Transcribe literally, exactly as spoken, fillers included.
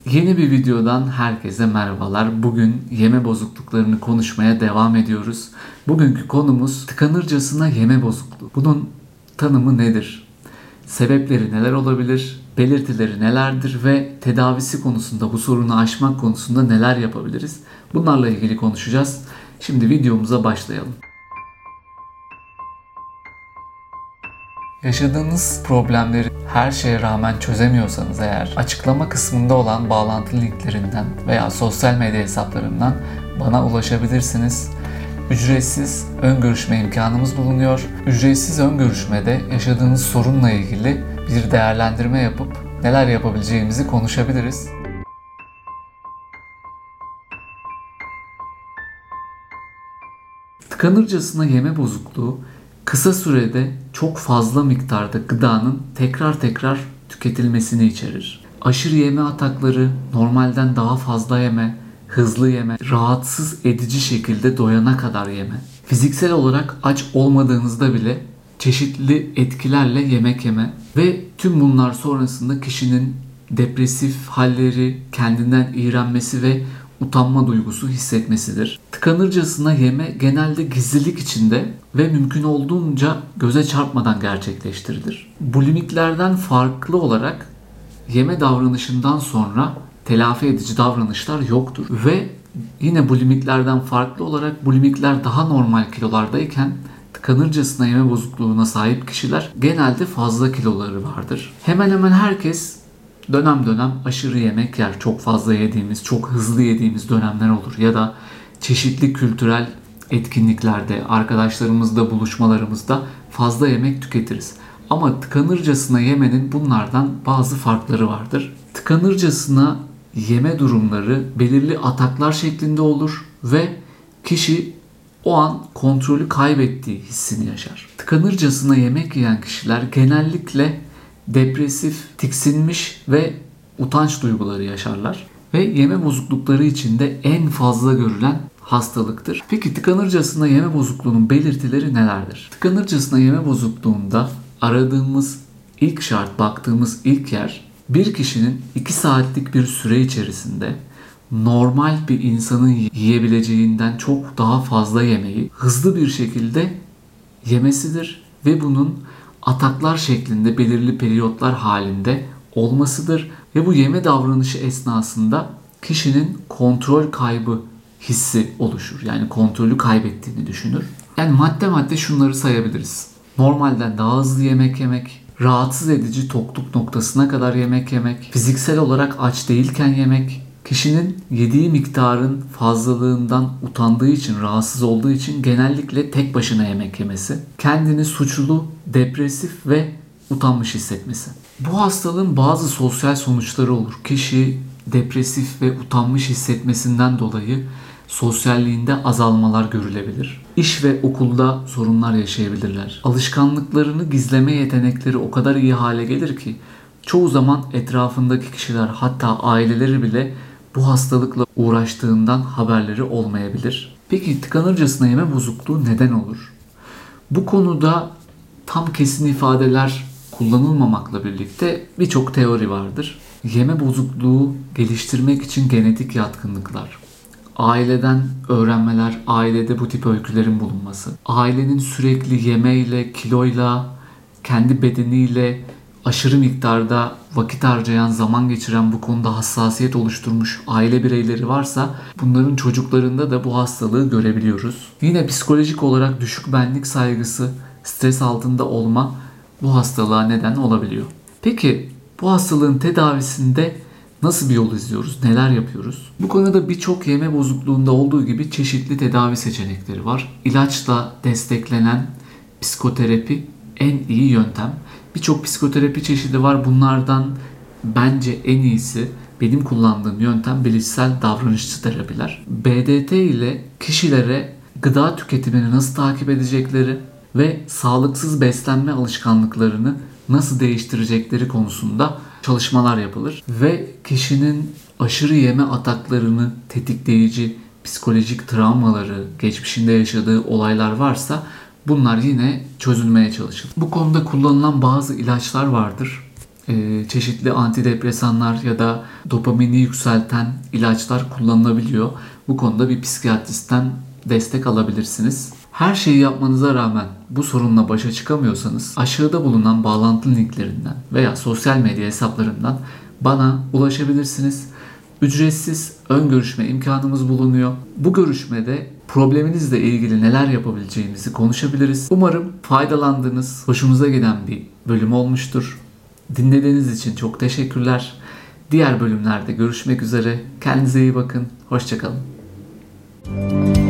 Yeni bir videodan herkese merhabalar. Bugün yeme bozukluklarını konuşmaya devam ediyoruz. Bugünkü konumuz tıkanırcasına yeme bozukluğu. Bunun tanımı nedir? Sebepleri neler olabilir? Belirtileri nelerdir ve tedavisi konusunda, bu sorunu aşmak konusunda neler yapabiliriz? Bunlarla ilgili konuşacağız. Şimdi videomuza başlayalım. Yaşadığınız problemleri her şeye rağmen çözemiyorsanız eğer, açıklama kısmında olan bağlantı linklerinden veya sosyal medya hesaplarımdan bana ulaşabilirsiniz. Ücretsiz ön görüşme imkanımız bulunuyor. Ücretsiz ön görüşmede yaşadığınız sorunla ilgili bir değerlendirme yapıp neler yapabileceğimizi konuşabiliriz. Tıkanırcasına yeme bozukluğu, kısa sürede çok fazla miktarda gıdanın tekrar tekrar tüketilmesini içerir. Aşırı yeme atakları, normalden daha fazla yeme, hızlı yeme, rahatsız edici şekilde doyana kadar yeme. Fiziksel olarak aç olmadığınızda bile çeşitli etkilerle yemek yeme ve tüm bunlar sonrasında kişinin depresif halleri, kendinden iğrenmesi ve utanma duygusu hissetmesidir. Tıkanırcasına yeme genelde gizlilik içinde ve mümkün olduğunca göze çarpmadan gerçekleştirilir. Bulimiklerden farklı olarak yeme davranışından sonra telafi edici davranışlar yoktur. Ve yine bulimiklerden farklı olarak bulimikler daha normal kilolardayken tıkanırcasına yeme bozukluğuna sahip kişiler genelde fazla kiloları vardır. Hemen hemen herkes dönem dönem aşırı yemek yer. Çok fazla yediğimiz, çok hızlı yediğimiz dönemler olur. Ya da çeşitli kültürel etkinliklerde, arkadaşlarımızla buluşmalarımızda fazla yemek tüketiriz. Ama tıkanırcasına yemenin bunlardan bazı farkları vardır. Tıkanırcasına yeme durumları belirli ataklar şeklinde olur ve kişi o an kontrolü kaybettiği hissini yaşar. Tıkanırcasına yemek yiyen kişiler genellikle depresif, tiksinmiş ve utanç duyguları yaşarlar. Ve yeme bozuklukları içinde en fazla görülen hastalıktır. Peki tıkanırcasına yeme bozukluğunun belirtileri nelerdir? Tıkanırcasına yeme bozukluğunda aradığımız ilk şart, baktığımız ilk yer, bir kişinin iki saatlik bir süre içerisinde normal bir insanın yiyebileceğinden çok daha fazla yemeği hızlı bir şekilde yemesidir ve bunun ataklar şeklinde belirli periyotlar halinde olmasıdır ve bu yeme davranışı esnasında kişinin kontrol kaybı hissi oluşur. Yani kontrolü kaybettiğini düşünür. Yani madde madde şunları sayabiliriz. Normalden daha hızlı yemek yemek, rahatsız edici tokluk noktasına kadar yemek yemek, fiziksel olarak aç değilken yemek, kişinin yediği miktarın fazlalığından utandığı için, rahatsız olduğu için genellikle tek başına yemek yemesi, kendini suçlu, depresif ve utanmış hissetmesi. Bu hastalığın bazı sosyal sonuçları olur. Kişi depresif ve utanmış hissetmesinden dolayı sosyalliğinde azalmalar görülebilir. İş ve okulda sorunlar yaşayabilirler. Alışkanlıklarını gizleme yetenekleri o kadar iyi hale gelir ki çoğu zaman etrafındaki kişiler, hatta aileleri bile bu hastalıkla uğraştığından haberleri olmayabilir. Peki tıkanırcasına yeme bozukluğu neden olur? Bu konuda tam kesin ifadeler kullanılmamakla birlikte birçok teori vardır. Yeme bozukluğu geliştirmek için genetik yatkınlıklar, aileden öğrenmeler, ailede bu tip öykülerin bulunması, ailenin sürekli yemeyle, kiloyla, kendi bedeniyle aşırı miktarda vakit harcayan, zaman geçiren, bu konuda hassasiyet oluşturmuş aile bireyleri varsa bunların çocuklarında da bu hastalığı görebiliyoruz. Yine psikolojik olarak düşük benlik saygısı, stres altında olma bu hastalığa neden olabiliyor. Peki bu hastalığın tedavisinde nasıl bir yol izliyoruz? Neler yapıyoruz? Bu konuda birçok yeme bozukluğunda olduğu gibi çeşitli tedavi seçenekleri var. İlaçla desteklenen psikoterapi en iyi yöntem. Birçok psikoterapi çeşidi var. Bunlardan bence en iyisi, benim kullandığım yöntem bilişsel davranışçı terapiler. B D T ile kişilere gıda tüketimini nasıl takip edecekleri ve sağlıksız beslenme alışkanlıklarını nasıl değiştirecekleri konusunda çalışmalar yapılır. Ve kişinin aşırı yeme ataklarını tetikleyici psikolojik travmaları, geçmişinde yaşadığı olaylar varsa bunlar yine çözülmeye çalışılır. Bu konuda kullanılan bazı ilaçlar vardır. e, çeşitli antidepresanlar ya da dopamini yükselten ilaçlar kullanılabiliyor. Bu konuda bir psikiyatristten destek alabilirsiniz. Her şeyi yapmanıza rağmen bu sorunla başa çıkamıyorsanız aşağıda bulunan bağlantı linklerinden veya sosyal medya hesaplarından bana ulaşabilirsiniz. Ücretsiz ön görüşme imkanımız bulunuyor. Bu görüşmede probleminizle ilgili neler yapabileceğimizi konuşabiliriz. Umarım faydalandığınız, hoşunuza giden bir bölüm olmuştur. Dinlediğiniz için çok teşekkürler. Diğer bölümlerde görüşmek üzere. Kendinize iyi bakın. Hoşça kalın.